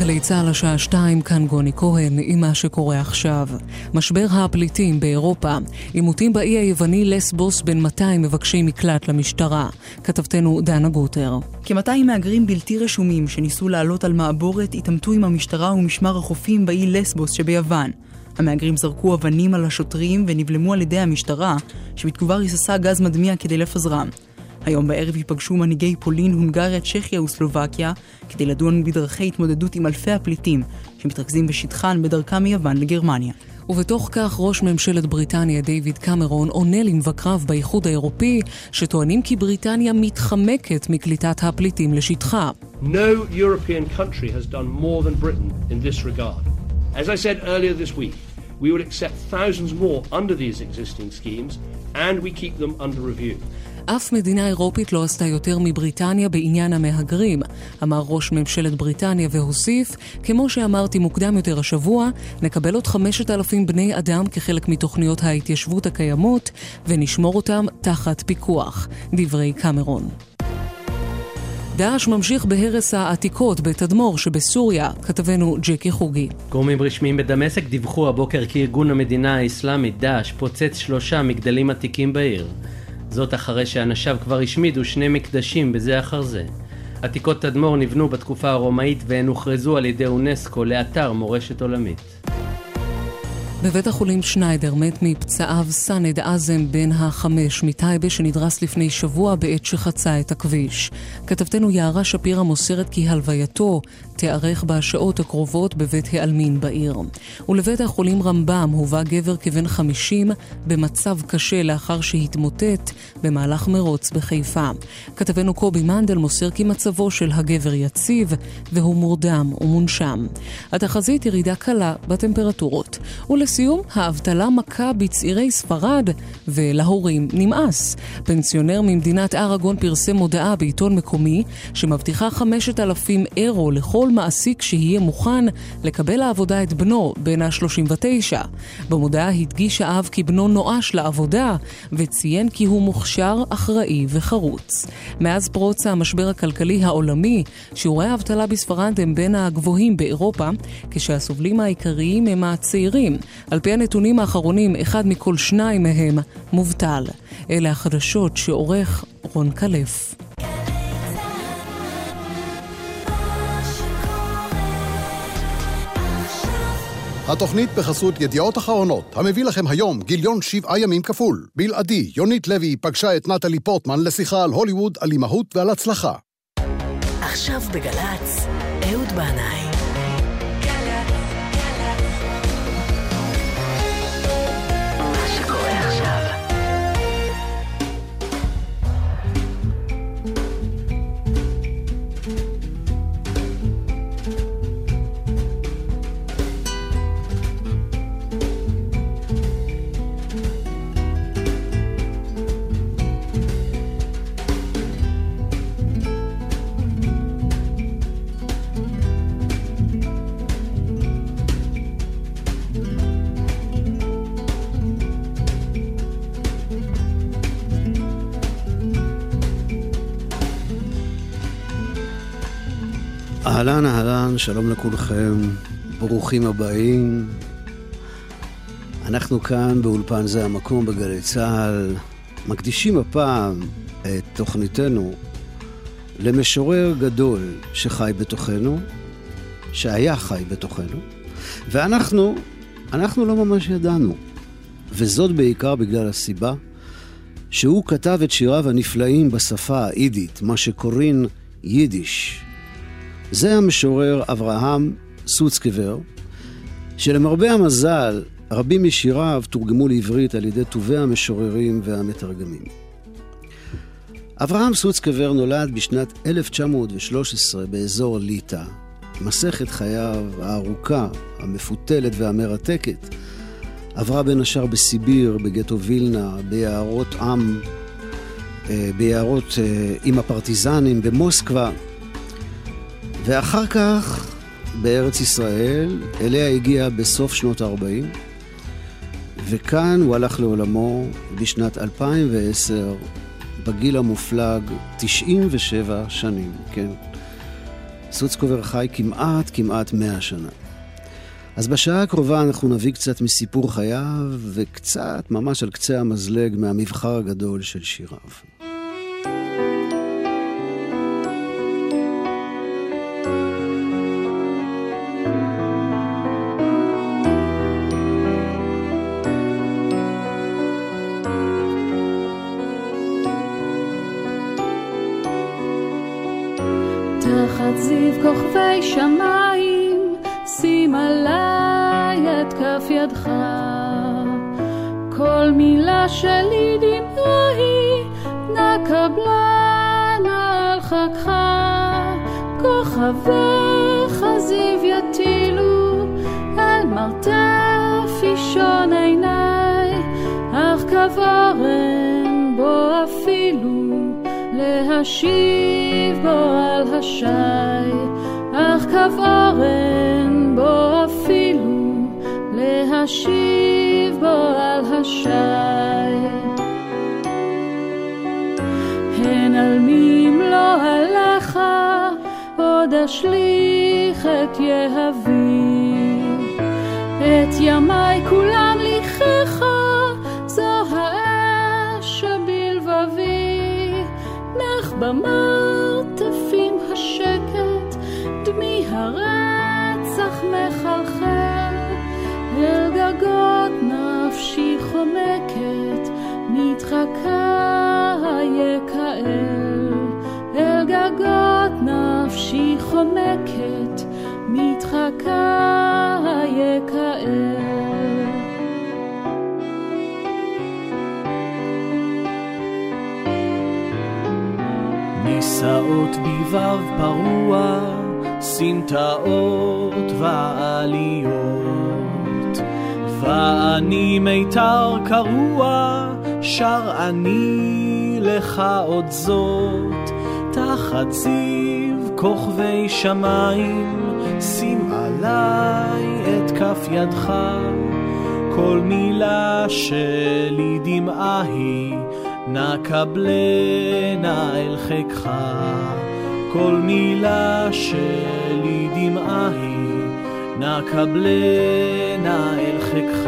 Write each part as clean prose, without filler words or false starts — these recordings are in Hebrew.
גלי צהל השעה 2, כאן גוני כהן עם מה שקורה עכשיו. משבר הפליטים באירופה, עימותים באי היווני לסבוס בין 200 מבקשי מקלט למשטרה. כתבתנו דנה גוטר. כ-200 מהגרים בלתי רשומים שניסו לעלות על מעבורת התעמתו עם המשטרה ומשמר החופים באי לסבוס שביוון. המהגרים זרקו אבנים על השוטרים ונבלמו על ידי המשטרה, שבתגובה ריססה גז מדמיע כדי לפזרם. היום בערב ייפגשו מנהיגי פולין, הונגריה, צ'כיה וסלובקיה כדי לדון בדרכי התמודדות עם אלפי הפליטים שמתרכזים בשטחן בדרכם מיוון לגרמניה. ובתוך כך ראש ממשלת בריטניה דיוויד קמרון עונה למבקריו באיחוד האירופי שטוענים כי בריטניה מתחמקת מקליטת הפליטים לשטחה. No European country has done more than Britain in this regard. As I said earlier this week, we will accept thousands more under these existing schemes and we keep them under review. אף מדינה אירופית לא עשתה יותר מבריטניה בעניין המהגרים, אמר ראש ממשלת בריטניה והוסיף, כמו שאמרתי מוקדם יותר השבוע, נקבל עוד 5,000 בני אדם כחלק מתוכניות ההתיישבות הקיימות ונשמור אותם תחת פיקוח. דברי קמרון. דאעש ממשיך בהרס העתיקות בתדמור שבסוריה, כתבנו ג'קי חוגי. גורמים רשמיים בדמשק דיווחו הבוקר כי ארגון המדינה האסלאמית דאעש פוצץ 3 מגדלים עתיקים בעיר. זאת אחרי שאנשיו כבר השמידו 2 מקדשים בזה אחר זה. עתיקות תדמור נבנו בתקופה הרומאית והן הוכרזו על ידי אונסקו לאתר מורשת עולמית. בבית החולים שניידר מת מפצעיו סנד עזם בן ה5 מטייבה שנדרס לפני שבוע בעת שחצה את הכביש. כתבתנו יערה שפירה מוסרת כי הלווייתו תארך בשעות הקרובות בבית העלמין בעיר. ולבית החולים רמב"ם הובא גבר כבן 50 במצב קשה לאחר שהתמוטט במהלך מרוץ בחיפה. כתבנו קובי מנדל מוסר כי מצבו של הגבר יציב והוא מורדם ומונשם. התחזית ירידה קלה בטמפרטורות. ולסיום, האבטלה מכה בצעירי ספרד ולהורים נמאס. פנסיונר ממדינת ארגון פרסם מודעה בעיתון מקומי שמבטיחה 5,000 אירו לכל מעסיק שיהיה מוכן לקבל לעבודה את בנו בן ה-39. במודעה הדגיש האב כי בנו נואש לעבודה וציין כי הוא מוכשר, אחראי וחרוץ. מאז פרוץ המשבר הכלכלי העולמי, שיעורי האבטלה בספרד הם בין הגבוהים באירופה, כשהסובלים העיקריים הם הצעירים. על פי הנתונים האחרונים, 1 מכל 2 מהם מובטל. אלה החדשות שעורך רון קלף. התוכנית בחסות ידיעות אחרונות, המביא לכם היום גיליון 7 ימים כפול. בלעדי, יונית לוי פגשה את נטלי פורטמן לשיחה על הוליווד, על אימהות ועל הצלחה. עכשיו בגלץ, אהוד בנאי. אהלן, אהלן, שלום לכולכם, ברוכים הבאים. אנחנו כאן באולפן זה המקום בגלי צהל, מקדישים הפעם את תוכניתנו למשורר גדול שחי בתוכנו, שהיה חי בתוכנו, ואנחנו לא ממש ידענו. וזאת בעיקר בגלל הסיבה שהוא כתב את שיריו הנפלאים בשפה האידית, מה שקוראים יידיש. זה המשורר אברהם סוצקבר, שלמרבה המזל רבים משיריו תורגמו לעברית על ידי טובי המשוררים והמתרגמים. אברהם סוצקבר נולד בשנת 1913 באזור ליטא. מסכת חייו הארוכה, המפותלת והמרתקת עברה בין השאר בסיביר, בגטו וילנה, ביערות עם, ביערות עם הפרטיזנים, במוסקבה, ואחר כך בארץ ישראל, אליה הגיע בסוף שנות ה-40, וכאן הוא הלך לעולמו בשנת 2010, בגיל המופלג, 97 שנים, כן. סוצקובר חי כמעט 100 שנה. אז בשעה הקרובה אנחנו נביא קצת מסיפור חייו, וקצת, ממש על קצה המזלג, מהמבחר הגדול של שיריו. תחת זיו כוכבי שמיים, שים עליי את כף ידך, כל מילה שלי דמעה היא, נא קבלנה על חגך, כוכביך זיו יטילו, על מרתף אישון עיניי, אך כברן בו אפילו, להשיב בו על השי, אך כברן בו אפילו, להשיב בו על השי. הן על מי לא עליך, עוד אשליך את יהבי, את ימי כולם ליחך, זו האש הבלבבי, נח במרתפים השקט, דמי הרצח מחלחל, אל גגות נפשי חומקת, מתחקה יקאל, אל גגות נפשי חומקת, מתחקה יקאל. נישאות ביבב פרוע, סמטאות ועליות, ואני מיתר קרוע, שר אני לך עוד זאת, תחת זיו כוכבי שמיים, שים עליי את כף ידך, כל מילה שלי דמעה היא, נא קבלנה אל חיקך, כל מילה שלי דמעה היא, נא קבלנה אל חיקך.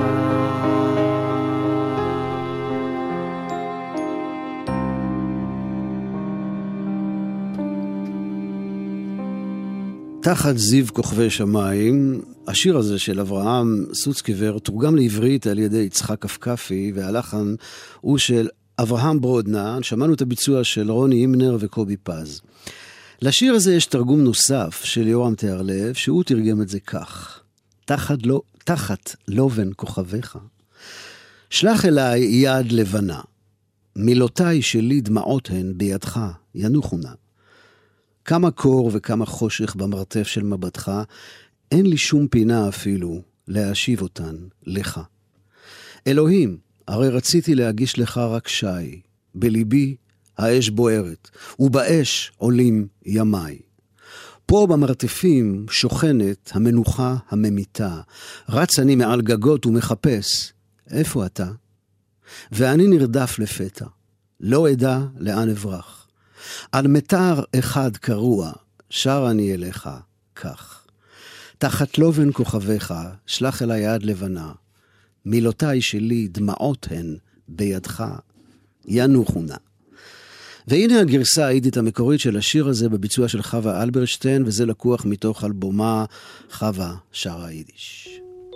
תחת זיו כוכבי שמיים, השיר הזה של אברהם סוצקובר תורגם לעברית על ידי יצחק קפקפי, והלחן הוא של אברהם ברודנה. שמענו את הביצוע של רוני הימנר וקובי פז. לשיר הזה יש תרגום נוסף של יורם תיארלב, שהוא תרגם את זה כך: תחת לובן כוכביך, שלח אליי יד לבנה, מילותיי שלי דמעות הן בידך, ינוחו נא. כמה קור וכמה חושך במרתף של מבטך, אין לי שום פינה אפילו להשיב אותן לך. אלוהים, הרי רציתי להגיש לך רק שי, בליבי האש בוערת, ובאש עולים ימיי. פה במרתפים שוכנת המנוחה הממיתה, רץ אני מעל גגות ומחפש, איפה אתה? ואני נרדף לפתע, לא אדע לאן אברח. על מתר אחד קרוע, שר אני אליך כך. תחת לובן כוכביך, שלח אליי יד לבנה, מילותיי שלי דמעות הן בידך, ינוחו נא. והנה הגרסה האידית המקורית של השיר הזה בביצוע של חווה אלברשטיין, וזה לקוח מתוך אלבומה חווה שרה יידיש.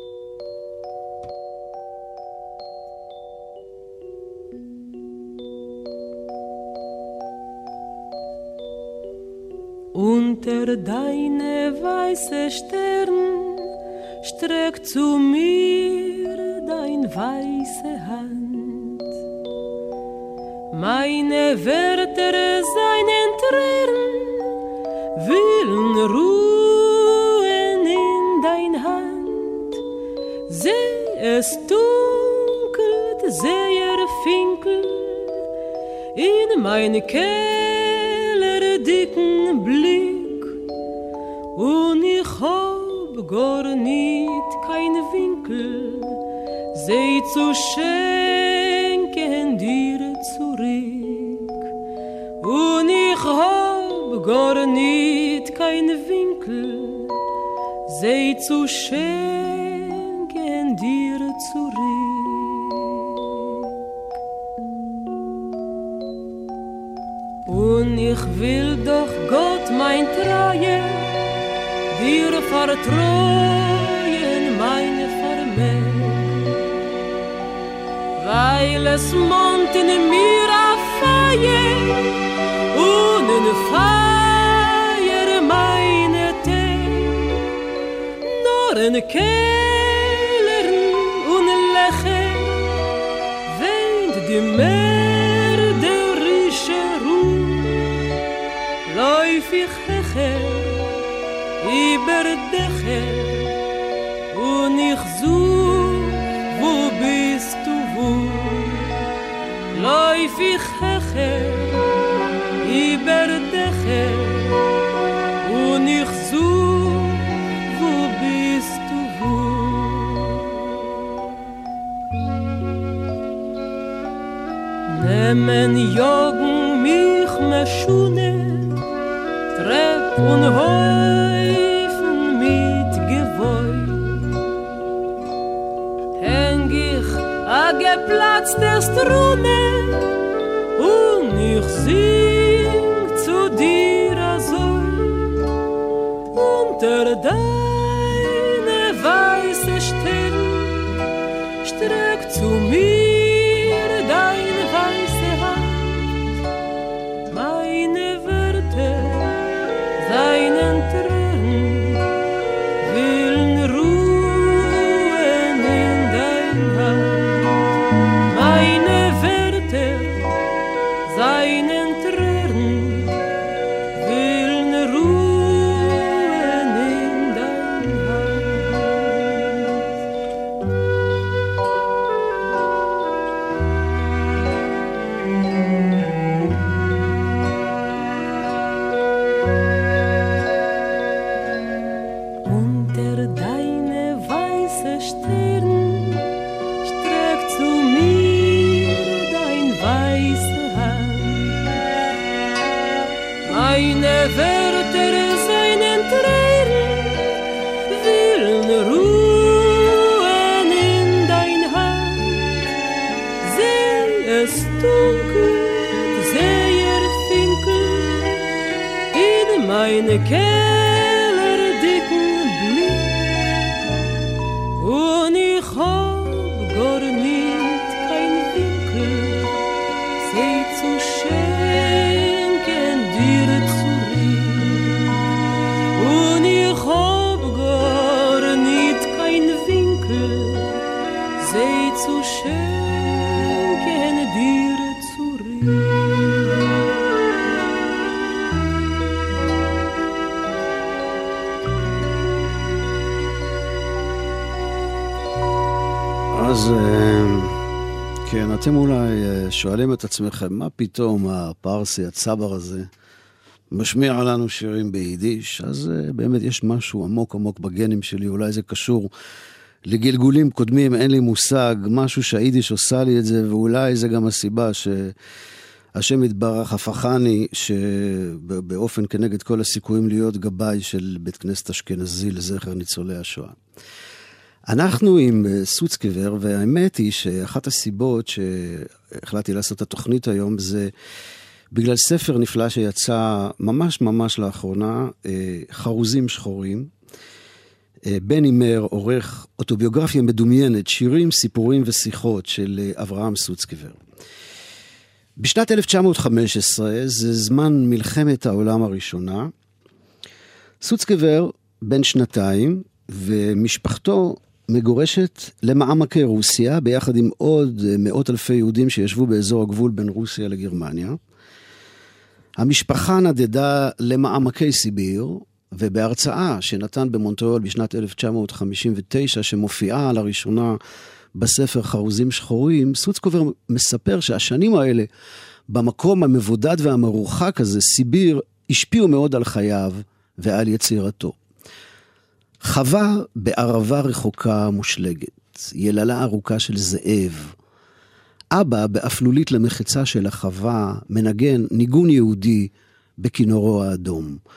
Unter deine weiße Stern streck zu mir dein weiße Hand. Meine Wörter seinen Tränen willen ruhen in dein Hand. Seh es dunkelt sehr finkel in mein dicken Blick und ich hab gar nicht kein Winkel sie zu schenken dir zurück und ich hab gar nicht kein Winkel, sei zu schenken dir zurück. Und ich will doch Gott mein Treue dir vertrauen, meine Vermächt, weil es mont in mir a Feier und in Feier meine Tee, nur in Kehlern und Lecher weint die mörderische Ruhe, läuf ich hecher über Dächer und ich such, wo bist du wohl? Läuf ich hecher über Dächer und ich such, wo bist du wohl? Nehmen Jogen mich meschune, Trepp und Häufen mit Gewoi. Häng ich a geplatzte Strume und ich sing zu dir so. Unter deine weiße Stirn streck zu mir dein weiße Hand. Meine Wörter seinen Tränen willen ruhen in dein Hand. Meine Wörter seinen Tränen willen ruhen in dein Unter deine weiße Stirn streck zu mir dein weiße Hand. Meine Wörter seinen Tränen willen ruhen in dein Hand. Seh es dunkelt, seh er finkelt in meine kellerdicken Blick. Und ich hab gar nicht kein Winkel, seh zu schenken dir zurück. Und ich hab gar nicht kein Winkel, seh zu schenken dir zurück. אז כן, אתם אולי שואלים את עצמכם, מה פתאום הפרסי, הצבר הזה, משמיע לנו שירים ביידיש? אז באמת יש משהו עמוק עמוק בגנים שלי, אולי זה קשור לגלגולים קודמים, אין לי מושג, משהו שהיידיש עושה לי את זה, ואולי זה גם הסיבה שהשם יתברך הפכני, שבאופן כנגד כל הסיכויים להיות גבאי של בית כנסת אשכנזי לזכר ניצולי השואה. אנחנו עם סוצקבר, והאמת היא שאחת הסיבות שהחלטתי לעשות את התוכנית היום, זה בגלל ספר נפלא שיצא ממש ממש לאחרונה, חרוזים שחורים. בני מר עורך אוטוביוגרפיה מדומיינת, שירים, סיפורים ושיחות של אברהם סוצקבר. בשנת 1915, זה זמן מלחמת העולם הראשונה, סוצקבר בן 2, ומשפחתו מגורשת למעמקי רוסיה, ביחד עם עוד מאות אלפי יהודים שישבו באזור הגבול בין רוסיה לגרמניה. המשפחה נדדה למעמקי סיביר, ובהרצאה שנתן במונטריאול בשנת 1959, שמופיעה לראשונה בספר חרוזים שחורים, סוצקבר מספר שהשנים האלה, במקום המבודד והמרוחק הזה, סיביר, השפיעו מאוד על חייו ועל יצירתו. חווה בערבה רחוקה מושלגת, יללה ארוכה של זאב. אבא באפלולית למחצה של החווה מנגן ניגון יהודי בכינורו האדום.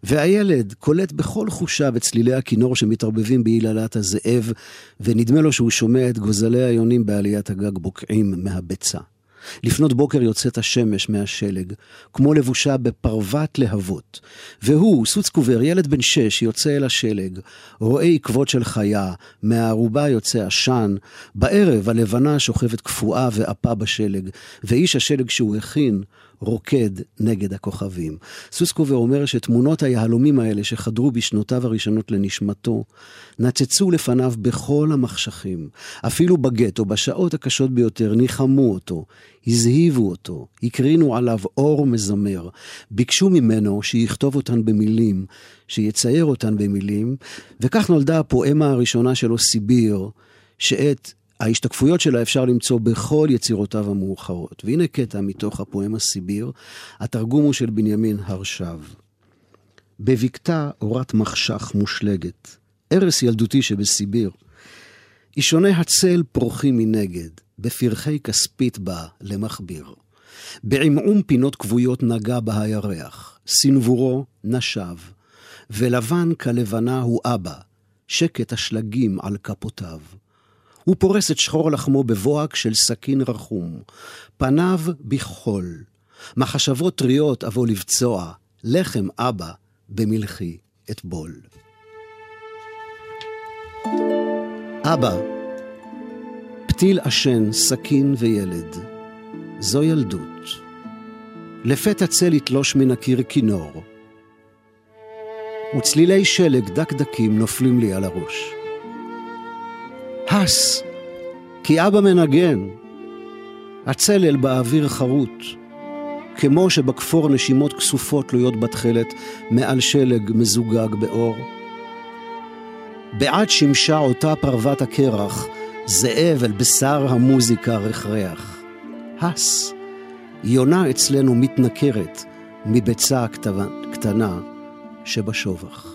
והילד קולט בכל חושה בצלילי הכינור שמתערבבים בהיללת הזאב, ונדמה לו שהוא שומע את גוזלי היונים בעליית הגג בוקעים מהביצה. לפנות בוקר יוצאת השמש מהשלג, כמו לבושה בפרוות להבות. והוא, סוצקובר, ילד בן 6, יוצא אל השלג, רואה עקבות של חיה, מהערובה יוצא עשן, בערב הלבנה שוכבת קפואה ואפה בשלג, ואיש השלג שהוא הכין, רוקד נגד הכוכבים. סוסקובר אומר שתמונות היהלומים האלה שחדרו בשנותיו הראשונות לנשמתו, נצצו לפניו בכל המחשכים, אפילו בגטו, בשעות הקשות ביותר, ניחמו אותו, הזהיבו אותו, הקרינו עליו אור מזמר, ביקשו ממנו שיכתוב אותן במילים, שיצייר אותן במילים, וכך נולדה הפואמה הראשונה שלו, סיביר, שאת ההשתקפויות שלה אפשר למצוא בכל יצירותיו המאוחרות. והנה קטע מתוך הפואמה סיביר, התרגום הוא של בנימין הרשב. בבקתה אורת מחשך מושלגת, ערס ילדותי שבסיביר, אישוני הצל פרוחים מנגד, בפרחי כספית בה למחביר. בעמעום פינות כבויות נגע בה הירח, סנבורו נשב, ולבן כלבנה הוא אבא, שקט השלגים על כפותיו. הוא פורס את שחור לחמו בבוהק של סכין רחום, פניו בחול, מחשבות טריות אבוא לבצוע, לחם אבא במלחי אטבול. אבא, פתיל עשן, סכין וילד, זו ילדות. לפתע צל יתלוש מן הקיר כינור, וצלילי שלג דקדקים נופלים לי על הראש. הס, כי אבא מנגן, הצלל באוויר חרוט, כמו שבכפור נשימות כסופות תלויות בתחלת מעל שלג מזוגג באור. בעד שמשה אותה פרוות הקרח, זאב אל בשר המוזיקה רכריח. הס, יונה אצלנו מתנכרת מביצה קטנה שבשובח.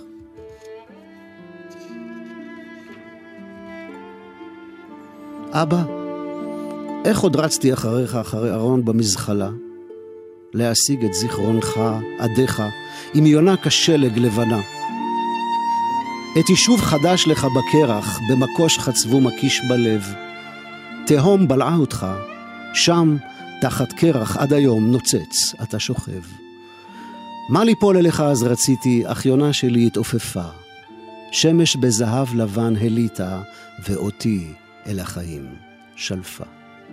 אבא, איך עוד רצתי אחריך אחרי ארון במזחלה, להשיג את זיכרונך, עדיך, עם יונה כשלג לבנה. את יישוב חדש לך בקרח, במקוש חצבו מקיש בלב. תהום בלעה אותך, שם תחת קרח עד היום נוצץ, אתה שוכב. מה ליפול אליך אז רציתי, אך יונה שלי התעופפה. שמש בזהב לבן הליטה, ואותי אל החיים שלפה.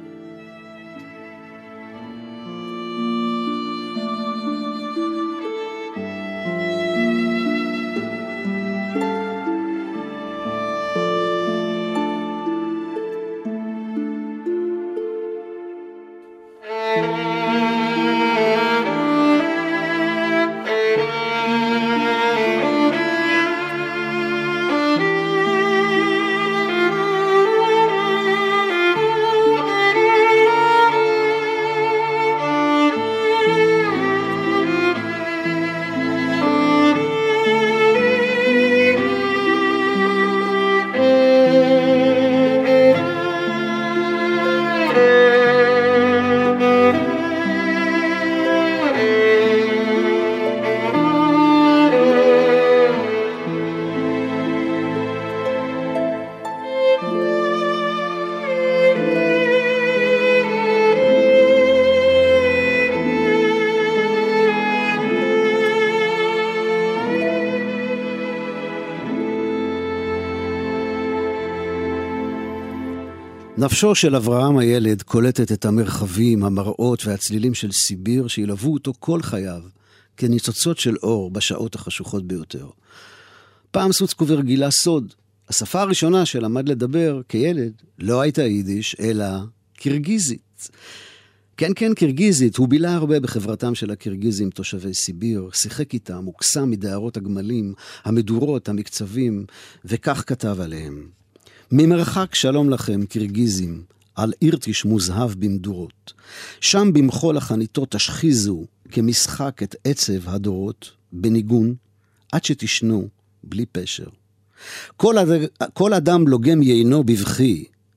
נפשו של אברהם הילד קולטת את המרחבים, המראות והצלילים של סיביר שילוו אותו כל חייו כניצוצות של אור בשעות החשוכות ביותר. פעם סוצקובר גילה סוד. השפה הראשונה שלמד לדבר כילד לא הייתה יידיש, אלא קירגיזית. כן, קירגיזית. הוא בילה הרבה בחברתם של הקירגיזים תושבי סיביר, שיחק איתם, הוקסם מדערות הגמלים, המדורות, המקצבים, וכך כתב עליהם. ממרחק שלום לכם, קירגיזים, על אירטיש מוזהב במדורות. שם במחול החניתות תשחיזו כמשחק את עצב הדורות, בניגון, עד שתשנו בלי פשר. כל אדם לוגם יינו בבכי,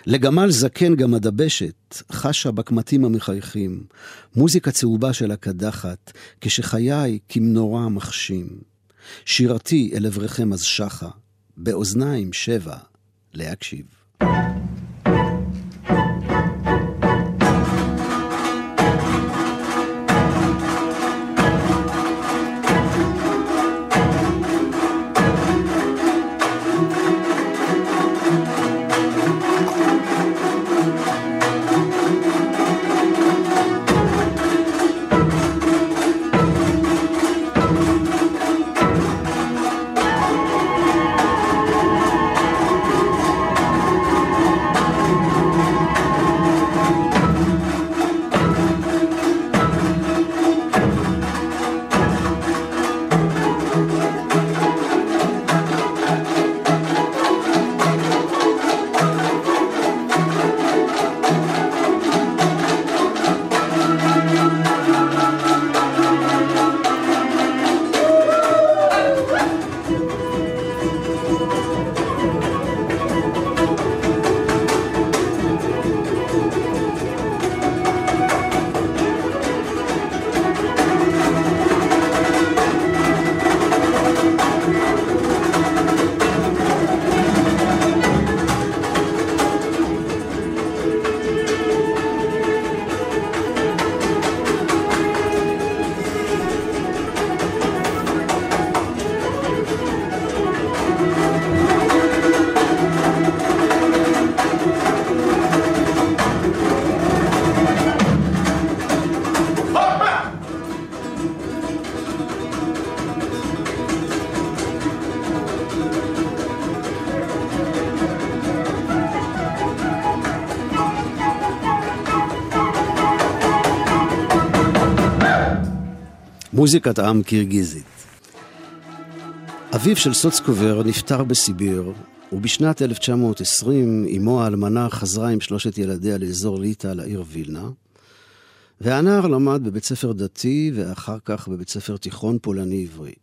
לגמל זקן גם הדבשת, חשה בקמטים המחייכים, מוזיקה צהובה של הקדחת, כשחיי כמנורה מחשים. שירתי אל עברכם אז שחה, באוזניים שבע להקשיב. מוזיקת עם קירגיזית. אביו של סוצקובר נפטר בסיביר, ובשנת 1920 אמו האלמנה חזרה עם 3 ילדיה לאזור ליטא, לעיר וילנה, והנער למד בבית ספר דתי ואחר כך בבית ספר תיכון פולני עברי.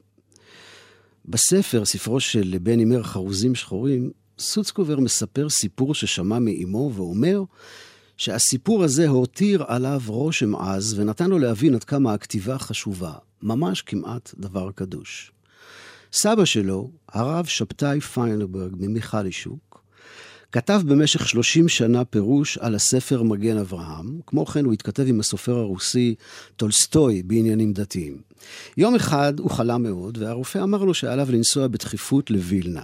בספר, ספרו של בן אימר חרוזים שחורים, סוצקובר מספר סיפור ששמע מאמו ואומר שהסיפור הזה הותיר עליו רושם עז ונתן לו להבין עד כמה הכתיבה חשובה, ממש כמעט דבר קדוש. סבא שלו, הרב שבתאי פיינברג ממיכלישוק, כתב במשך 30 שנה פירוש על הספר מגן אברהם, כמו כן הוא התכתב עם הסופר הרוסי טולסטוי בעניינים דתיים. יום אחד הוא חלה מאוד והרופא אמר לו שעליו לנסוע בדחיפות לווילנה.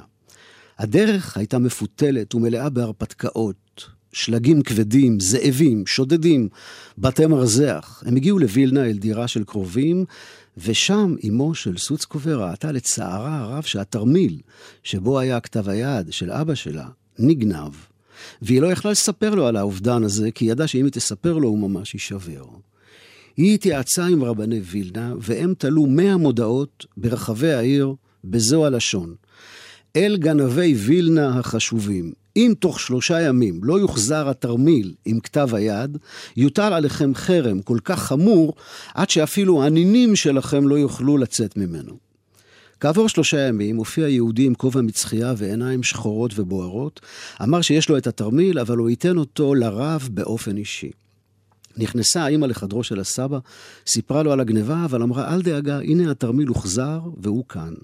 הדרך הייתה מפותלת ומלאה בהרפתקאות, שלגים כבדים, זאבים, שודדים, בתי מרזח. הם הגיעו לווילנה אל דירה של קרובים, ושם אמו של סוצקובר ראתה לצערה הרב שהתרמיל, שבו היה כתב היד של אבא שלה, נגנב. והיא לא יכלה לספר לו על האובדן הזה, כי ידעה שאם היא תספר לו הוא ממש יישבר. היא התייעצה עם רבני וילנה, והם תלו 100 מודעות ברחבי העיר בזו הלשון. אל גנבי וילנה החשובים, אם תוך 3 ימים לא יוחזר התרמיל עם כתב היד, יוטל עליכם חרם כל כך חמור, עד שאפילו הנינים שלכם לא יוכלו לצאת ממנו. כעבור 3 ימים הופיע יהודי עם כובע מצחייה ועיניים שחורות ובוערות, אמר שיש לו את התרמיל, אבל הוא ייתן אותו לרב באופן אישי. נכנסה האמא לחדרו של הסבא, סיפרה לו על הגניבה, אבל אמרה, אל דאגה, הנה התרמיל הוחזר והוא כאן.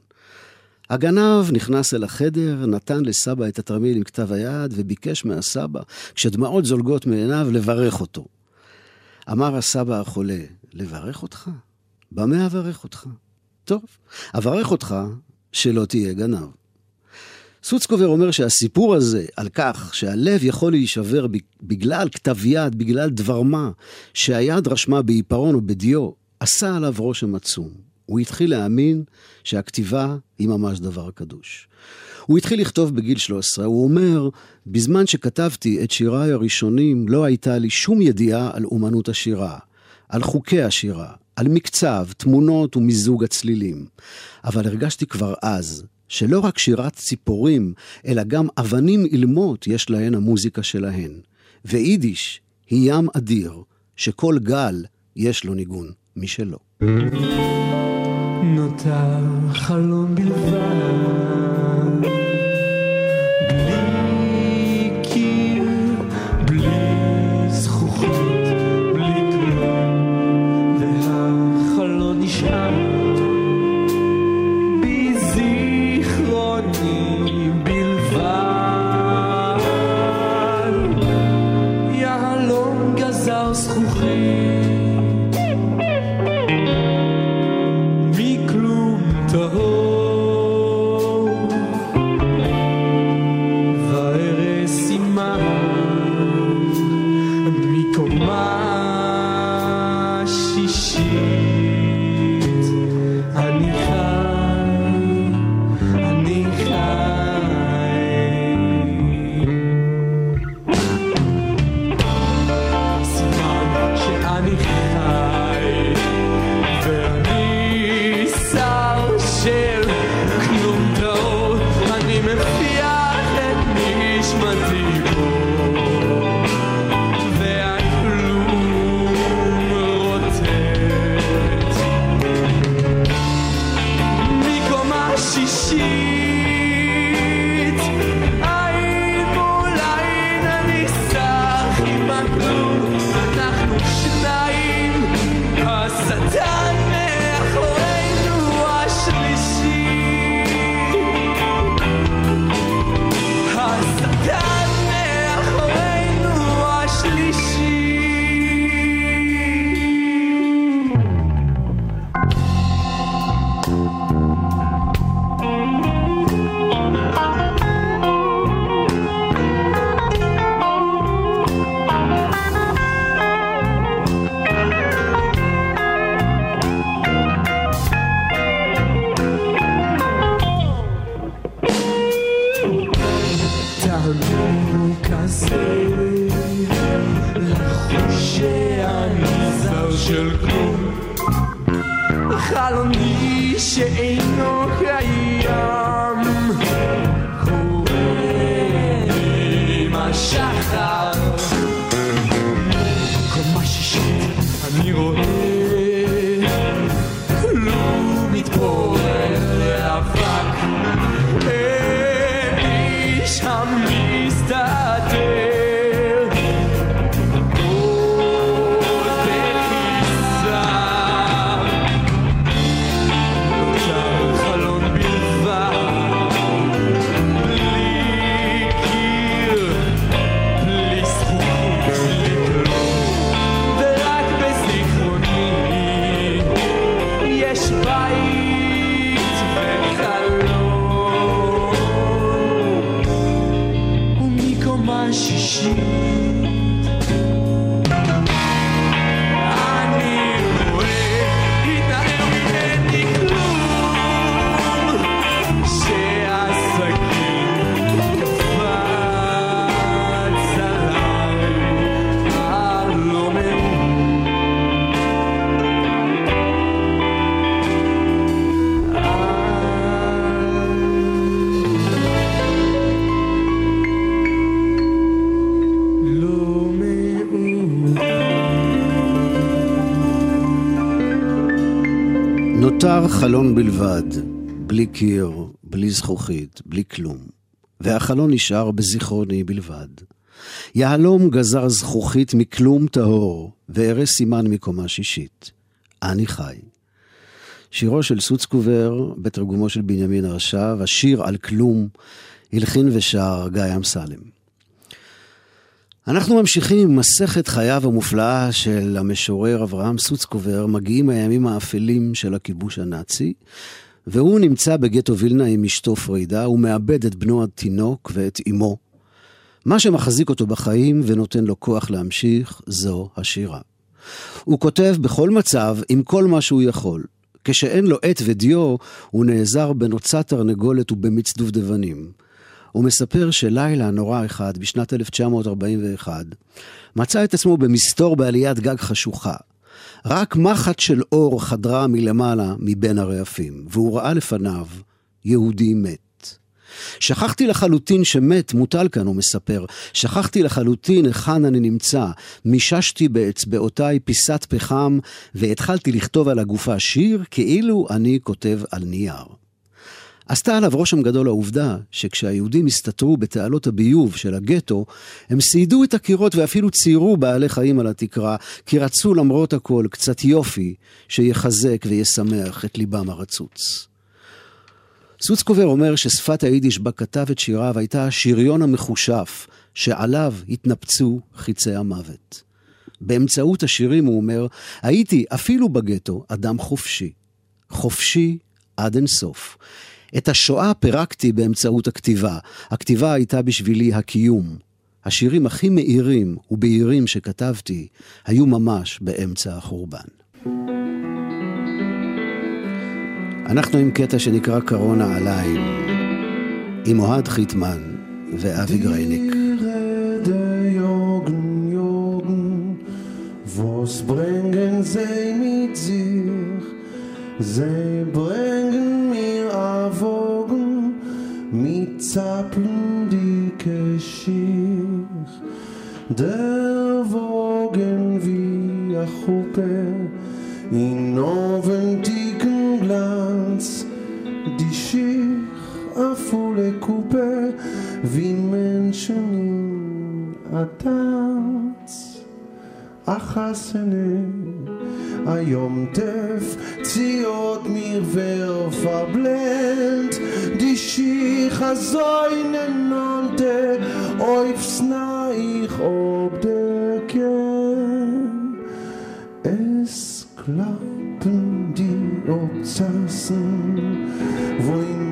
הגנב נכנס אל החדר, נתן לסבא את התרמיל עם כתב היד, וביקש מהסבא, כשדמעות זולגות מעיניו, לברך אותו. אמר הסבא החולה, לברך אותך? במה אברך אותך? טוב, אברך אותך שלא תהיה גנב. סוצקובר אומר שהסיפור הזה על כך שהלב יכול להישבר בגלל כתב יד, בגלל דבר מה, שהיד רשמה בעיפרון או בדיו, עשה עליו רושם עצום. הוא התחיל להאמין שהכתיבה היא ממש דבר קדוש. הוא התחיל לכתוב בגיל 13, הוא אומר, בזמן שכתבתי את שיריי הראשונים, לא הייתה לי שום ידיעה על אומנות השירה, על חוקי השירה, על מקצב, תמונות ומיזוג הצלילים. אבל הרגשתי כבר אז, שלא רק שירת ציפורים, אלא גם אבנים אילמות יש להן המוזיקה שלהן. ויידיש היא ים אדיר, שכל גל יש לו ניגון משלו. נותר חלום בלבד, בלי קיר מכלום טהור והרס עימה מקומה שישית אני חלוני שאינו קיים קורא עם השחר קומה שישית אני רואה כלום מתפורר לאבק אין איש המסתתר נותר חלון בלבד, בלי קיר, בלי זכוכית, בלי כלום. והחלון נשאר בזיכרוני בלבד. יהלום גזר זכוכית מכלום טהור, והרס סימן מקומה שישית. אני חי. שירו של סוצקובר, בתרגומו של בנימין הרשב, השיר על כלום, הלחין ושר גיא אמסלם. אנחנו ממשיכים עם מסכת חייו המופלאה של המשורר אברהם סוצקובר, מגיעים הימים האפלים של הכיבוש הנאצי, והוא נמצא בגטו וילנה עם אשתו פרידה, הוא מאבד את בנו התינוק ואת אמו. מה שמחזיק אותו בחיים ונותן לו כוח להמשיך, זו השירה. הוא כותב בכל מצב עם כל מה שהוא יכול. כשאין לו עת ודיו, הוא נעזר בנוצת תרנגולת ובמיץ דובדבנים. הוא מספר שלילה נורא אחד בשנת 1941 מצא את עצמו במסתור בעליית גג חשוכה. רק מחט של אור חדרה מלמעלה מבין הרעפים, והוא ראה לפניו יהודי מת. שכחתי לחלוטין שמת מוטל כאן, הוא מספר. שכחתי לחלוטין היכן אני נמצא. מיששתי באצבעותיי פיסת פחם והתחלתי לכתוב על הגופה שיר כאילו אני כותב על נייר. עשתה עליו רושם גדול העובדה שכשהיהודים הסתתרו בתעלות הביוב של הגטו, הם סיידו את הקירות ואפילו ציירו בעלי חיים על התקרה, כי רצו למרות הכל קצת יופי שיחזק וישמח את ליבם הרצוץ. סוצקובר אומר ששפת היידיש בה כתב את שיריו הייתה השריון המחושף, שעליו התנפצו חיצי המוות. באמצעות השירים, הוא אומר, הייתי אפילו בגטו אדם חופשי. חופשי עד אינסוף. את השואה פירקתי באמצעות הכתיבה. הכתיבה הייתה בשבילי הקיום. השירים הכי מאירים ובהירים שכתבתי היו ממש באמצע החורבן. אנחנו עם קטע שנקרא קרונה עליים, עם אוהד חיטמן ואבי גרייניק. Was bringen sie mit sich? Sie bringen mir Wogen mit Zappeln dicke Schicht. Der Wogen wie a Chuppe in oventigen Glanz. Die Schicht a volle Kuppe wie Menschen in a Tanz. החסנה היום טף ציot mir wer verblendet die Schich azoinen nonte aufs naich ob der Ken es klappen die Obsassen wohin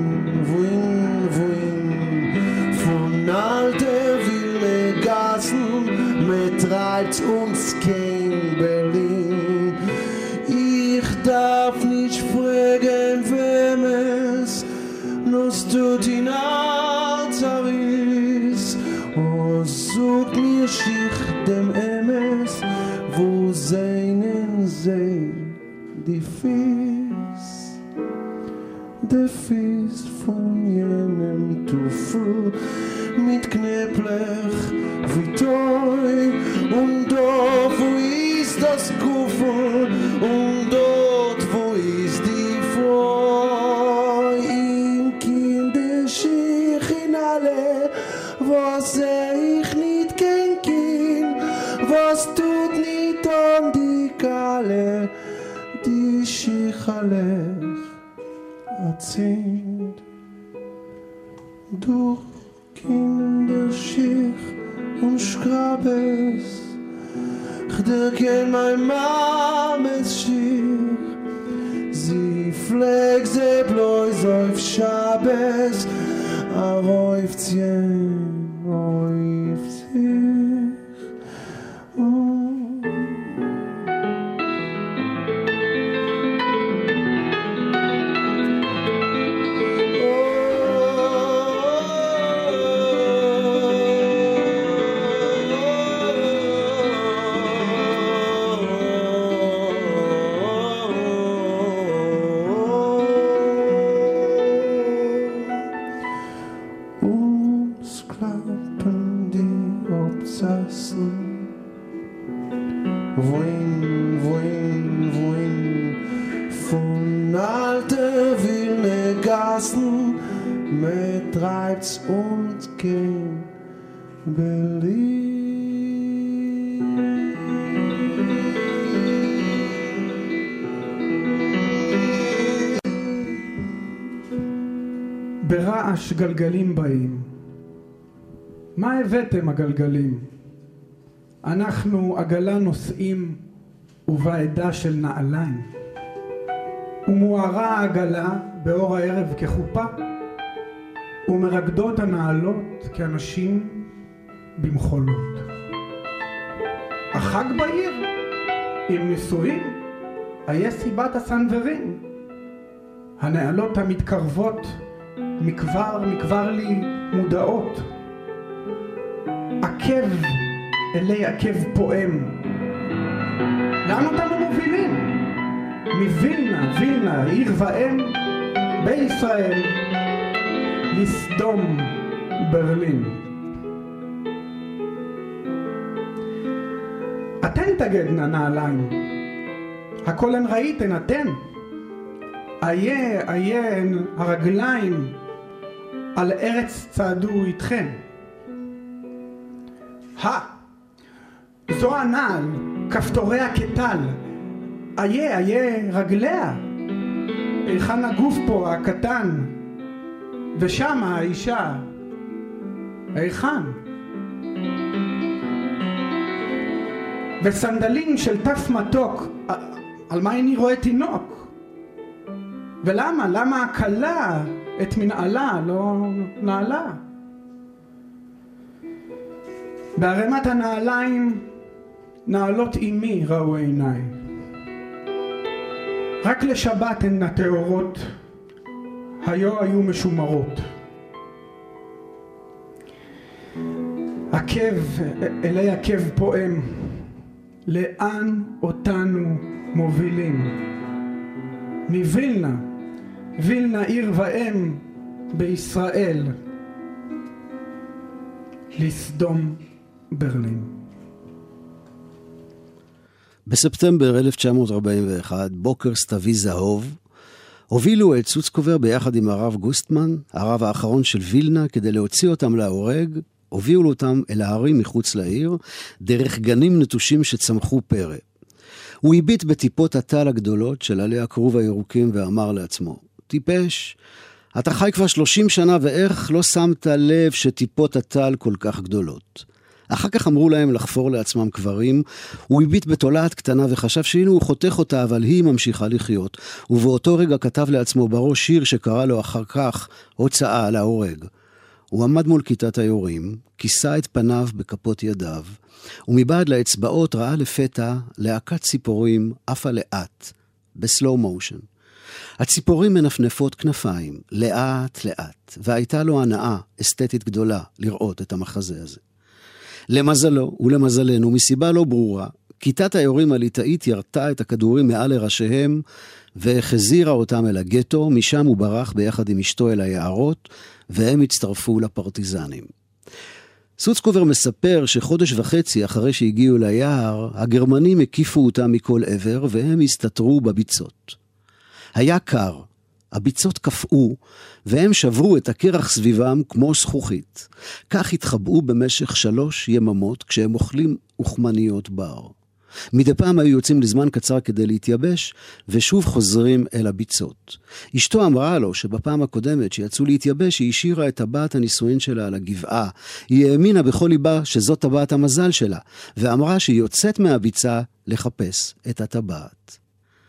von alter Wille Gassen treibt uns kein Berlin. Ich darf nicht fragen, wem es nos tut in Altaris. Oh, sucht mir Schicht dem Emes, wo seinen See die Fies. Der Fies von jenem Tufel mit Knäpplech wie Toi. Und dort, wo ist das Kuffel, und dort, wo ist die Freu, im Kinderschich in alle, was ich nicht kein Kind, was tut nicht an die Kalle, die Schichalech erzählt, durch Kinderschich und Schrabes, ich denke mein Mames Schich, sie pflegt sie bloß auf Schabes, auf sich. Von alter Wilne Gassen mit treibt's und kein Berlin. ברעש גלגלים באים. מה הבאתם הגלגלים? אנחנו עגלה נוסעים ובעדה של נעליים. ומוארה העגלה באור הערב כחופה, ומרקדות הנעלות כאנשים במחולות. החג בעיר עם נישואים היה סיבת הסנוורים. הנעלות המתקרבות מכבר לי מודעות. עקב אלי עקב פועם. לאן אותנו מובילים? מווילנה, עיר ואם בישראל, לסדום ברלין. אתן תגדנה נעליים, הכל הן ראיתן אתן. איין הרגליים על ארץ צעדו איתכן. זו הנעל, כפתוריה כטל. איה רגליה, היכן הגוף פה הקטן, ושם האישה, היכן? וסנדלים של תף מתוק. על מה אני רואה תינוק? ולמה? למה הקלה את מנעלה לא נעלה? בערימת הנעליים נעלות אימי ראו עיניי. רק לשבת הן הטהורות היו משומרות. עקב אלי עקב פועם, לאן אותנו מובילים? מווילנה, וילנה עיר ואם בישראל, לסדום ברלין. בספטמבר 1941, בוקר סתווי זהוב, הובילו את סוצקובר ביחד עם הרב גוסטמן, הרב האחרון של וילנה, כדי להוציא אותם להורג. הובילו אותם אל הערים מחוץ לעיר, דרך גנים נטושים שצמחו פרא. הוא הביט בטיפות הטל הגדולות של עלי הכרוב הירוקים ואמר לעצמו, טיפש, אתה חי כבר 30 שנה ואיך לא שמת לב שטיפות הטל כל כך גדולות. אחר כך אמרו להם לחפור לעצמם קברים, הוא הביט בתולעת קטנה וחשב שהנה הוא חותך אותה, אבל היא ממשיכה לחיות, ובאותו רגע כתב לעצמו בראש שיר שקרא לו אחר כך הוצאה להורג. הוא עמד מול כיתת היורים, כיסה את פניו בכפות ידיו, ומבעד לאצבעות ראה לפתע להקת ציפורים עפה לאט, בסלואו מושן. הציפורים מנפנפות כנפיים, לאט לאט, והייתה לו הנאה אסתטית גדולה לראות את המחזה הזה. למזלו ולמזלנו, מסיבה לא ברורה, כיתת היורים הליטאית ירתה את הכדורים מעל לראשיהם, והחזירה אותם אל הגטו, משם הוא ברח ביחד עם אשתו אל היערות, והם הצטרפו לפרטיזנים. סוצקובר מספר שחודש וחצי אחרי שהגיעו ליער, הגרמנים הקיפו אותם מכל עבר, והם הסתתרו בביצות. היה קר, הביצות קפאו, והם שברו את הקרח סביבם כמו זכוכית. כך התחבאו במשך 3 יממות כשהם אוכלים אוכמניות בר. מדי פעם היו יוצאים לזמן קצר כדי להתייבש, ושוב חוזרים אל הביצות. אשתו אמרה לו שבפעם הקודמת שיצאו להתייבש, היא השאירה את טבעת הנישואין שלה על הגבעה. היא האמינה בכל ליבה שזאת טבעת המזל שלה, ואמרה שהיא יוצאת מהביצה לחפש את הטבעת.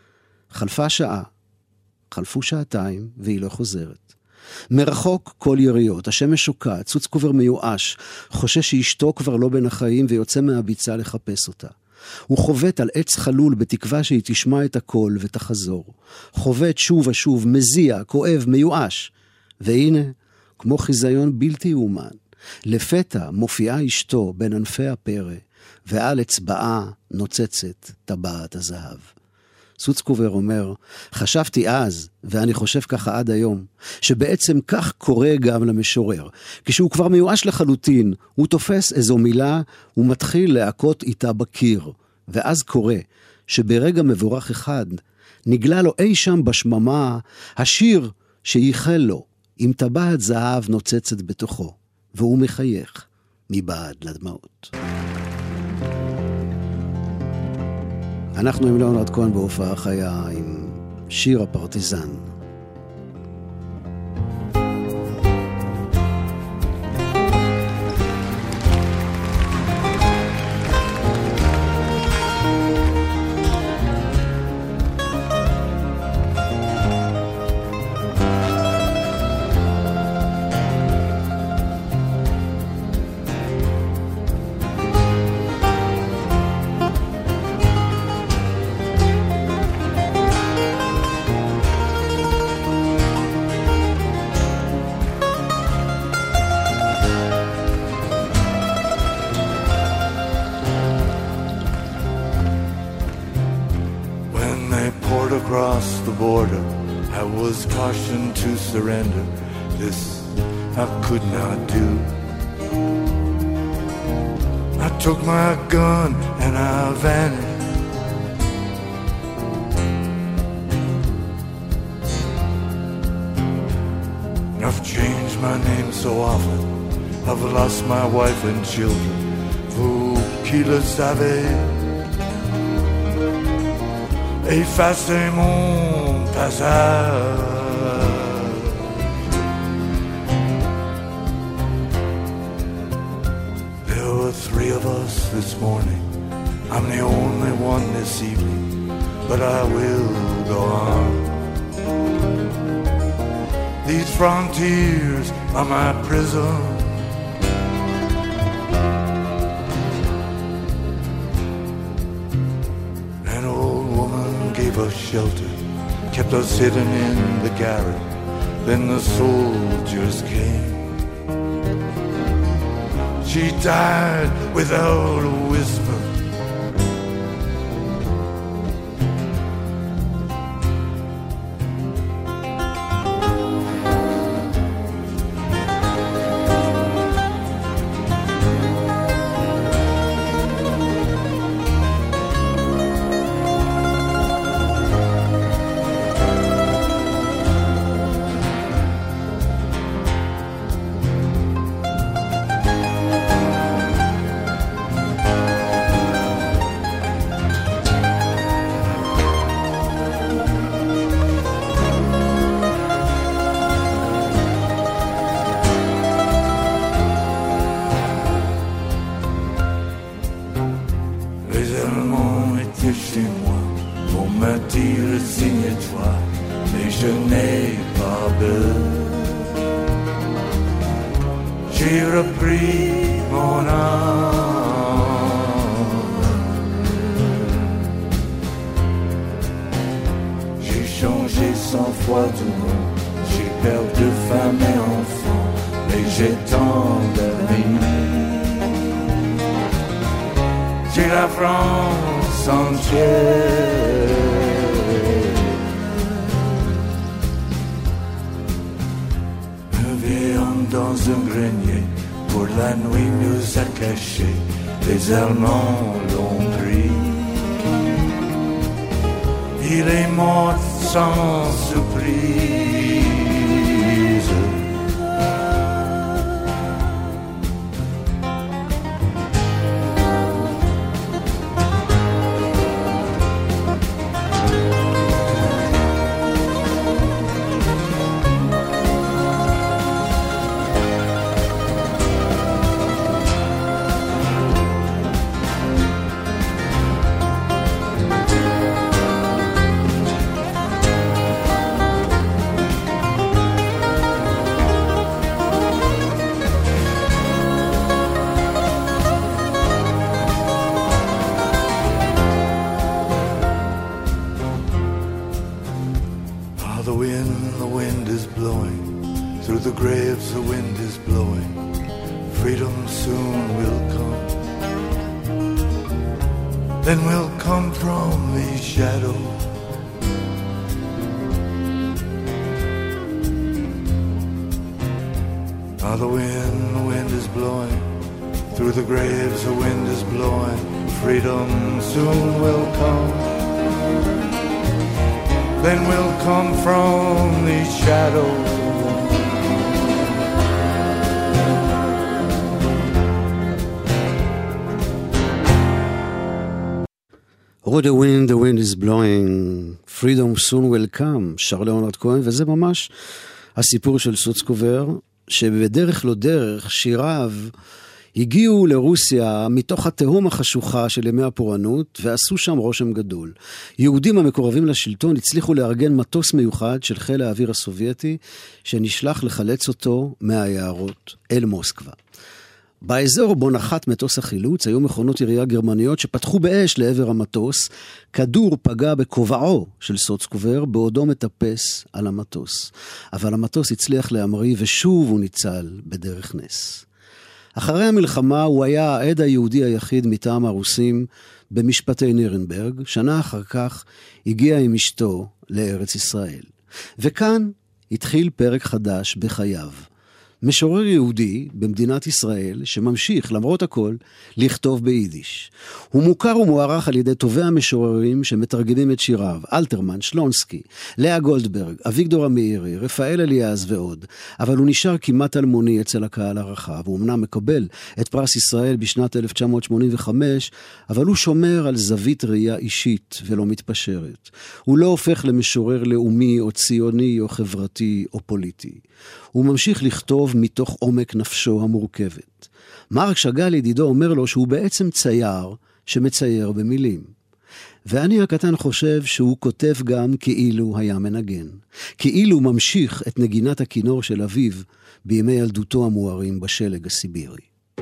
חלפה שעה, חלפו 2 והיא לא חוזרת. מרחוק כל יריות, השמש שוקעת, סוצקובר מיואש, חושש שאשתו כבר לא בין החיים ויוצא מהביצה לחפש אותה. הוא חובט על עץ חלול בתקווה שהיא תשמע את הקול ותחזור. חובט שוב ושוב, מזיע, כואב, מיואש. והנה, כמו חיזיון בלתי אומן, לפתע מופיעה אשתו בין ענפי הפרא, ועל אצבעה נוצצת טבעת הזהב. סוצקובר אומר, חשבתי אז, ואני חושב ככה עד היום, שבעצם כך קורה גם למשורר. כשהוא כבר מיואש לחלוטין, הוא תופס איזו מילה, הוא מתחיל להכות איתה בקיר. ואז קורה שברגע מבורך אחד, נגלה לו אי שם בשממה, השיר שייחל לו, עם טבעת זהב נוצצת בתוכו, והוא מחייך מבעד לדמעות. אנחנו עם ליאונרד כהן בהופעה חיה עם שיר הפרטיזן. To surrender, this I could not do. I took my gun and I vanished. I've changed my name so often, I've lost my wife and children. Vous qui le savez, effacez mon passage. This morning I'm the only one this evening, but I will go on. These frontiers are my prison. An old woman gave us shelter, kept us hidden in the garret. Then the soldiers came. She died without a whisper. Oh, the wind is blowing, freedom soon will come, שר ליאונרד כהן, וזה ממש הסיפור של סוצקובר, שבדרך לא דרך שיריו הגיעו לרוסיה מתוך התהום החשוכה של ימי הפורענות, ועשו שם רושם גדול. יהודים המקורבים לשלטון הצליחו לארגן מטוס מיוחד של חיל האוויר הסובייטי, שנשלח לחלץ אותו מהיערות אל מוסקבה. באזור בו נחת מטוס החילוץ היו מכונות ירייה גרמניות שפתחו באש לעבר המטוס. כדור פגע בכובעו של סוצקובר בעודו מטפס על המטוס. אבל המטוס הצליח להמריא ושוב הוא ניצל בדרך נס. אחרי המלחמה הוא היה העד היהודי היחיד מטעם הרוסים במשפטי נירנברג. שנה אחר כך הגיע עם אשתו לארץ ישראל. וכאן התחיל פרק חדש בחייו. משורר יהודי במדינת ישראל שממשיך למרות הכל לכתוב ביידיש. הוא מוכר ומוערך על ידי טובי המשוררים שמתרגמים את שיריו, אלתרמן, שלונסקי, לאה גולדברג, אביגדור המאירי, רפאל אליעז ועוד. אבל הוא נשאר כמעט אלמוני אצל הקהל הרחב. הוא אמנם מקבל את פרס ישראל בשנת 1985, אבל הוא שומר על זווית ראייה אישית ולא מתפשרת. הוא לא הופך למשורר לאומי או ציוני או חברתי או פוליטי. הוא ממשיך לכתוב מתוך עומק נפשו המורכבת. מרק שאגאל ידידו אומר לו שהוא בעצם צייר שמצייר במילים. ואני הקטן חושב שהוא כותב גם כאילו היה מנגן. כאילו ממשיך את נגינת הכינור של אביו בימי ילדותו המוארים בשלג הסיבירי.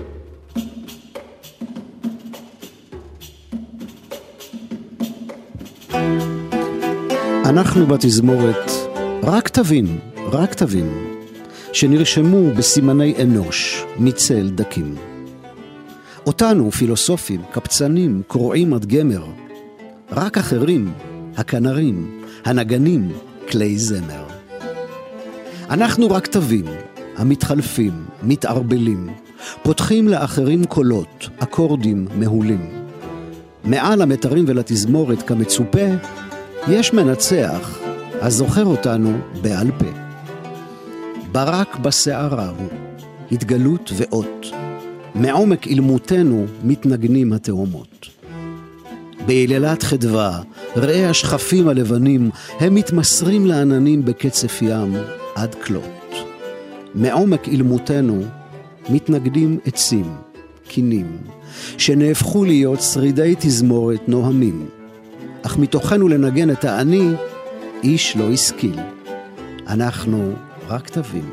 אנחנו בתזמורת רק תווים, שנרשמו בסימני אנוש מצל דקים. אותנו פילוסופים, קפצנים, קוראים עד גמר, רק אחרים, הכנרים, הנגנים, כלי זמר. אנחנו רק תווים, המתחלפים, מתערבלים, פותחים לאחרים קולות, אקורדים מהולים. מעל המתרים ולתזמורת כמצופה, יש מנצח, הזוכר אותנו בעל פה. ברק בסערה הוא, התגלות ואות, מעומק אילמותנו מתנגנים התאומות. בהיללת חדווה, ראי השכפים הלבנים, הם מתמסרים לעננים בקצף ים עד כלות. מעומק אילמותנו מתנגדים עצים, קינים, שנהפכו להיות שרידי תזמורת נוהמים. אך מתוכנו לנגן את העני, איש לא השכיל. אנחנו רק תווים.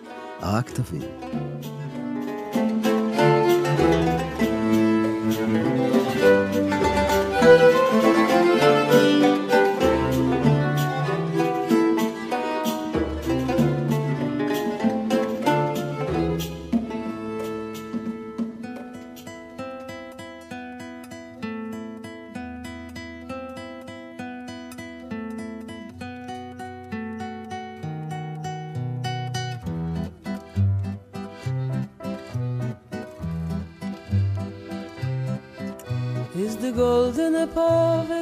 Ist die goldene Pave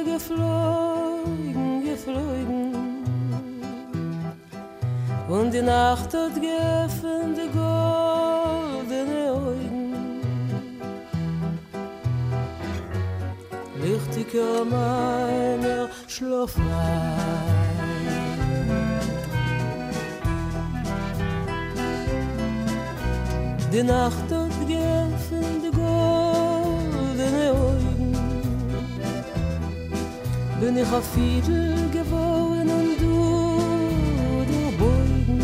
geflogen und die Nacht hat geöffnet die goldene Augen. Lichtiger meiner Schlafrein, die Nacht hat geöffnet die goldene Augen. Bin ich auf Fiedel geworden und du der Beugen.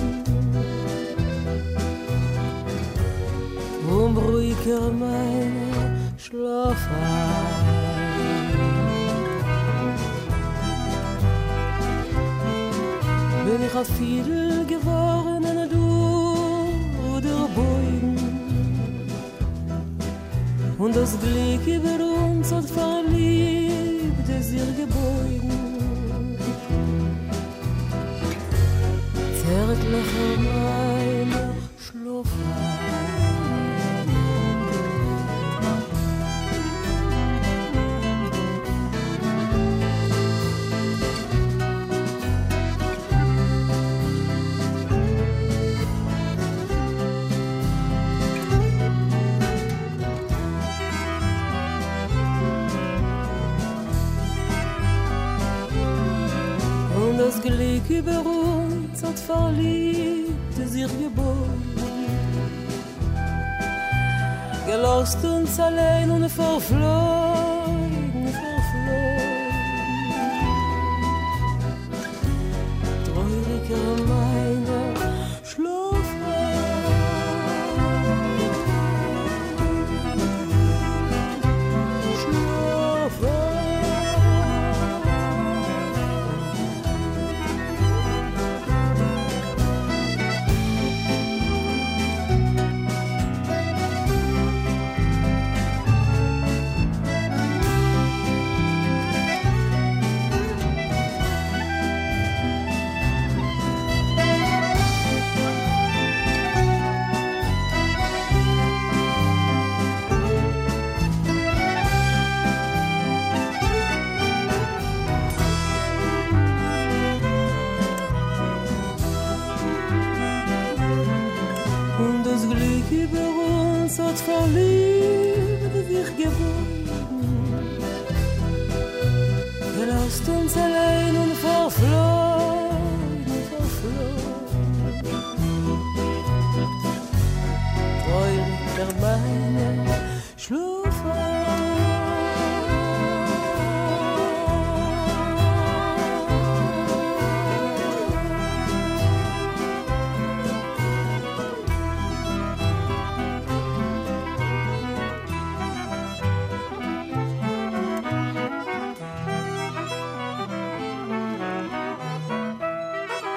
Ruhiger meine Schlafrein. Bin ich auf Fiedel geworden und du der Beugen. Und das Glück über uns hat verliebt es ihr Gebeugen. Zärtlicher meine Schlafrein. Das Glück über uns hat verliebt es ihr Gebäude. Gelost uns allein und verflogen. Trauriger meine hat verliebt sich gebogen. Gelost uns allein und verflogen. Trauriger meine Schlafrein.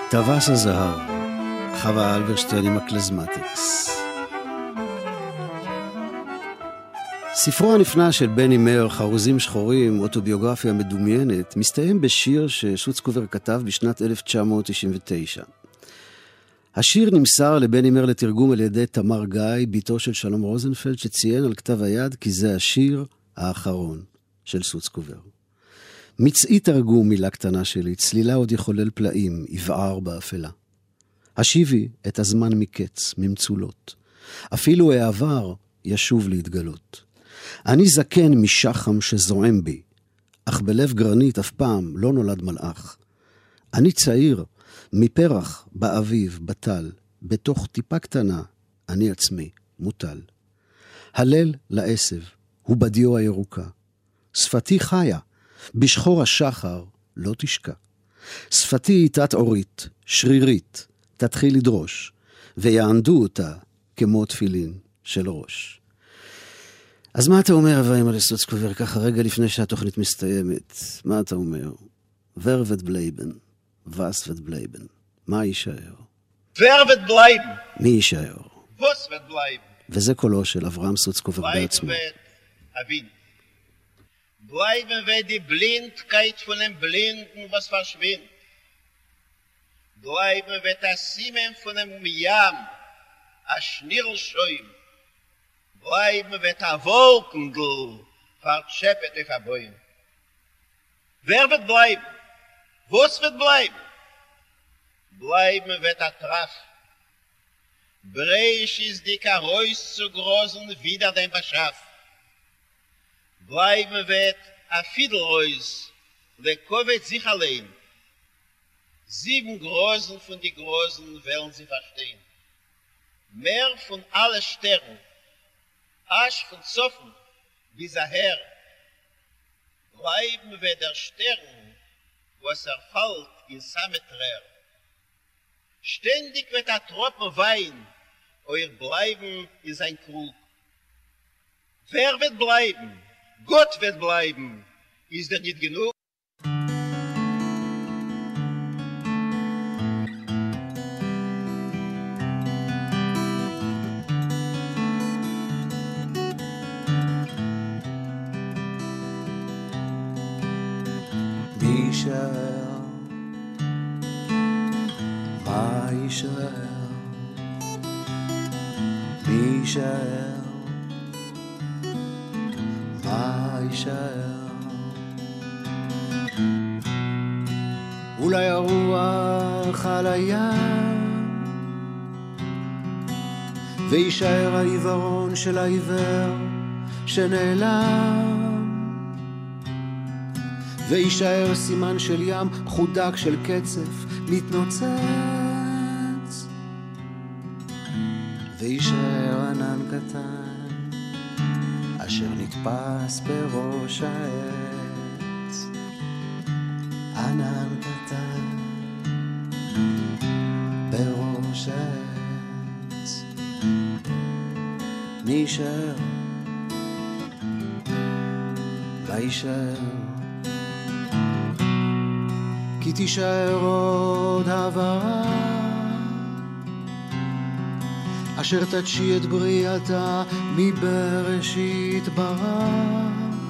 טווס הזהב, חווה אלברשטיין עם הקלזמטיקס. ספרו הנפלא של בני מאיר, חרוזים שחורים, אוטוביוגרפיה מדומיינת, מסתיים בשיר ששוצקובר כתב בשנת 1999. השיר נמסר לבני מאיר לתרגום על ידי תמר גיא, ביתו של שלום רוזנפלד, שציין על כתב היד כי זה השיר האחרון של שוצקובר. מצאי תרגום מילה קטנה שלי, צלילה עוד יחולל פלאים, יבער באפלה. השיבי את הזמן מקץ, ממצולות. אפילו העבר ישוב להתגלות. אני זקן משחם שזועם בי, אך בלב גרנית אף פעם לא נולד מלאך. אני צעיר מפרח באביב, בטל, בתוך טיפה קטנה, אני עצמי, מוטל. הלל לעשב, הוא בדיו הירוקה. שפתי חיה, בשחור השחר לא תשקע. שפתי היא תת-אורית, שרירית, תתחיל לדרוש, ויענדו אותה כמו תפילין של ראש. אז מה אתה אומר, אבאים על שוצקובר, ככה רגע לפני שהתוכנית מסתיימת? מה אתה אומר? ורבט בלייבן, וס ובלייבן, מה יישאר? ורבט בלייבן. מי יישאר? וס ובלייבן. וזה קולו של אברהם שוצקובר בעצמו. בלייבן Bleiben wir die Blindkeit von dem Blinden, was verschwindet. Bleiben wir das Simen von dem Miam, a Schnirrscheum. Bleiben wir der Wolkendl, verscheppet auf der Bäume. Wer wird bleiben? Was wird bleiben? Bleiben wir der Traf. Breisch ist die Karois zu großen, wieder den Beschaff. Bleiben wird a Fiedelreus, le kovet sich allein. 7 Großen von die Großen werden sie verstehen. Mehr von allen Sternen, Asch von Zoffen bis daher. Bleiben wird der Stern, was fällt in Sametrer. Ständig wird der Tropfen Wein, euer Bleiben in sein Krug. Wer wird bleiben? Gott wird bleiben. Ist er nicht genug? מי יישאר? מה יישאר? מי יישאר? מה יישאר? אולי הרוח על הים, וישאר העיוורון של העיוור שנעלם, וישאר סימן של ים חודק של קצף מתנוצץ, וישאר ענן קטן אשר נתפס בראש העץ, ענן קטן בראש העץ. מי יישאר? מה יישאר? כי תישאר עוד הברה אשר תדשי את בריאתה מבראשית ברא,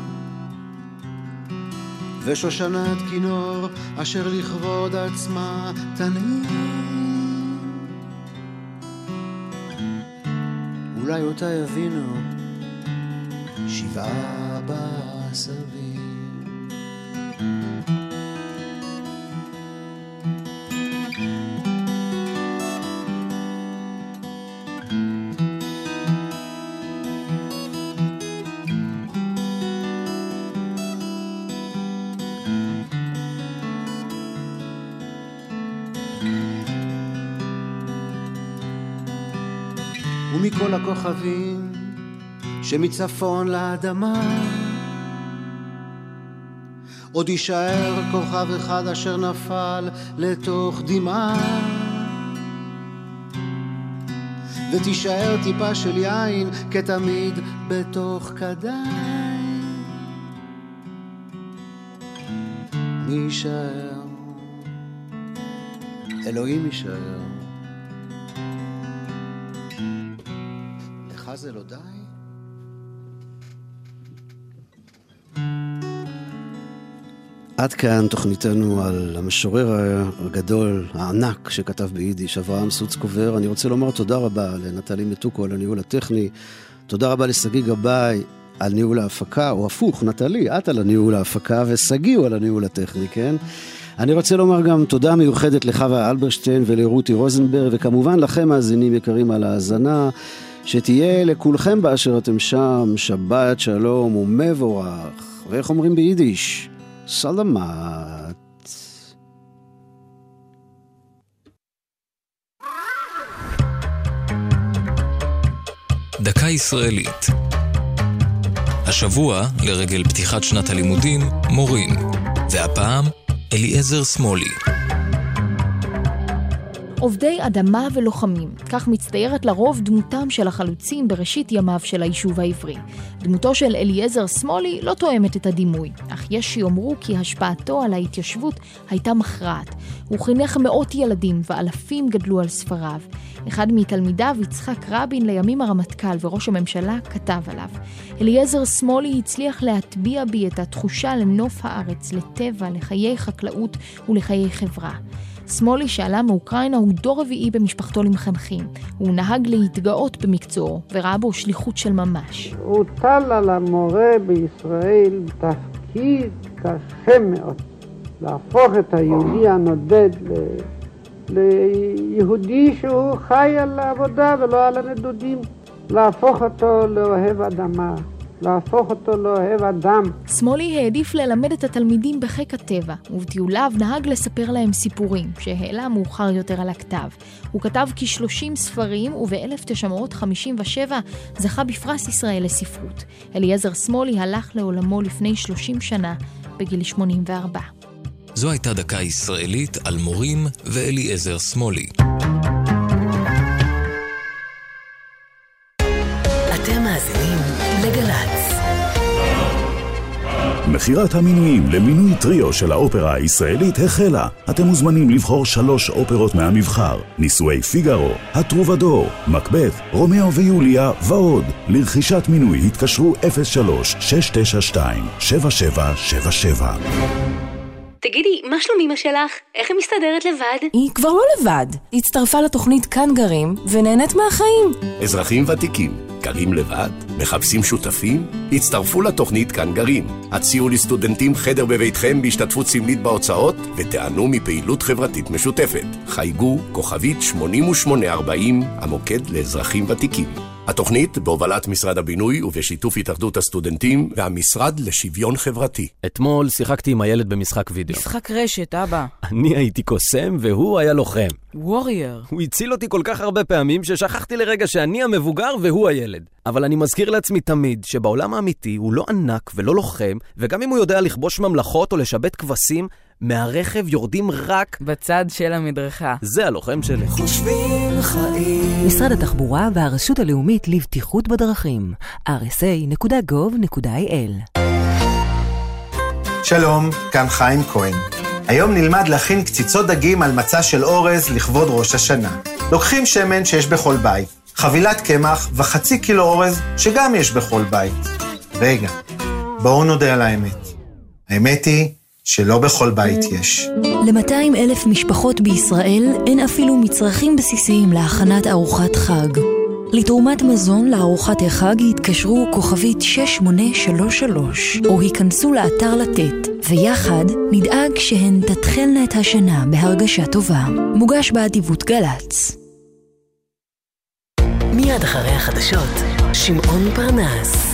ושושנת כינור אשר לכבוד עצמה תנעים. אולי אותה יבינו 7 בעשבים. ומכל הכוכבים שמצפון לאדמה עוד יישאר כוכב אחד אשר נפל לתוך דמעה, ותישאר טיפה של יין כתמיד בתוך כדיים. מי יישאר? אלוהים יישאר. לך זה לא די? עד כאן תוכניתנו על המשורר הגדול, הענק, שכתב ביידיש, אברהם סוצקובר. אני רוצה לומר תודה רבה לנטלי מתוקו על הניהול הטכני, תודה רבה לסגי גבאי על ניהול ההפקה, או הפוך, נטלי, את על הניהול ההפקה, וסגי הוא על הניהול הטכני, כן? אני רוצה לומר גם תודה מיוחדת לחווה אלברשטיין ולרותי רוזנברג, וכמובן לכם מאזינים יקרים על ההאזנה, שתהיה לכולכם באשר אתם שם, שבת שלום ומבורך, ואיך אומרים ביידיש? סלמת. דקה ישראלית. השבוע, לרגל פתיחת שנת הלימודים, מורים. והפעם, אליעזר סמולי. עובדי אדמה ולוחמים, כך מצטיירת לרוב דמותם של החלוצים בראשית ימיו של היישוב העברי. דמותו של אליעזר סמולי לא תואמת את הדימוי, אך יש שיאמרו כי השפעתו על ההתיישבות הייתה מכרעת. הוא חינך מאות ילדים ואלפים גדלו על ספריו. אחד מתלמידיו, יצחק רבין, לימים הרמטכ"ל וראש הממשלה, כתב עליו: אליעזר סמולי הצליח להטביע בי את התחושה לנוף הארץ, לטבע, לחיי חקלאות ולחיי חברה. סמולי שעלה מאוקראינה הוא דור רביעי במשפחתו למחנכים. הוא נהג להתגאות במקצועו וראה בו שליחות של ממש. הוטל על המורה בישראל תפקיד קשה מאוד, להפוך את היהודי הנודד ליהודי שהוא חי על העבודה ולא על הנדודים, להפוך אותו לאוהב אדמה, להפוך אותו לאוהב אדם. סמולי העדיף ללמד את התלמידים בחיק הטבע, ובטיוליו נהג לספר להם סיפורים, שהעלה מאוחר יותר על הכתב. הוא כתב כ-30 ספרים, וב-1957 זכה בפרס ישראל לספרות. אליעזר סמולי הלך לעולמו לפני 30 שנה, בגיל 84. זו הייתה דקה ישראלית על מורים ואליעזר סמולי. אתם מאזינים לגל"צ. מחירת המינויים למינוי טריו של האופרה הישראלית החלה. אתם מוזמנים לבחור 3 אופרות מהמבחר: נישואי פיגארו, הטרובדור, מקבת, רומאו ויוליה ועוד. לרכישת מינוי התקשרו 03-692-7777. תגידי, מה שלום אמא שלך? איך היא מסתדרת לבד? היא כבר לא לבד. היא הצטרפה לתוכנית כאן גרים ונהנית מהחיים. אזרחים ותיקים, גרים לבד? מחפשים שותפים? הצטרפו לתוכנית כאן גרים. הציעו לסטודנטים חדר בביתכם בהשתתפות סמלית בהוצאות ותענו מפעילות חברתית משותפת. חייגו כוכבית 8840, המוקד לאזרחים ותיקים. התוכנית בהובלת משרד הבינוי ובשיתוף התאחדות הסטודנטים והמשרד לשוויון חברתי. אתמול שיחקתי עם הילד במשחק וידאו. משחק רשת, אבא. אני הייתי קוסם והוא היה לוחם. וורייר. הוא הציל אותי כל כך הרבה פעמים ששכחתי לרגע שאני המבוגר והוא הילד. אבל אני מזכיר לעצמי תמיד שבעולם האמיתי הוא לא ענק ולא לוחם, וגם אם הוא יודע לכבוש ממלכות או לשבת כבשים, מהרכב יורדים רק בצד של המדרכה. זה הלוחם שלי. חושבים חיים. משרד התחבורה והרשות הלאומית לבטיחות בדרכים. rsa.gov.il. שלום, כאן חיים כהן. היום נלמד להכין קציצות דגים על מצה של אורז לכבוד ראש השנה. לוקחים שמן שיש בכל בית, חבילת קמח וחצי קילו אורז שגם יש בכל בית. רגע, בואו נודה על האמת. האמת היא שלא בכל בית יש. ל-200,000 משפחות בישראל אין אפילו מצרכים בסיסיים להכנת ארוחת חג. לתרומת מזון לארוחת החג יתקשרו כוכבית 6833 או היכנסו לאתר לתת, ויחד נדאג שהן תתחלנה את השנה בהרגשה טובה. מוגש באדיבות גל"צ. מיד אחרי החדשות, שמעון פרנס.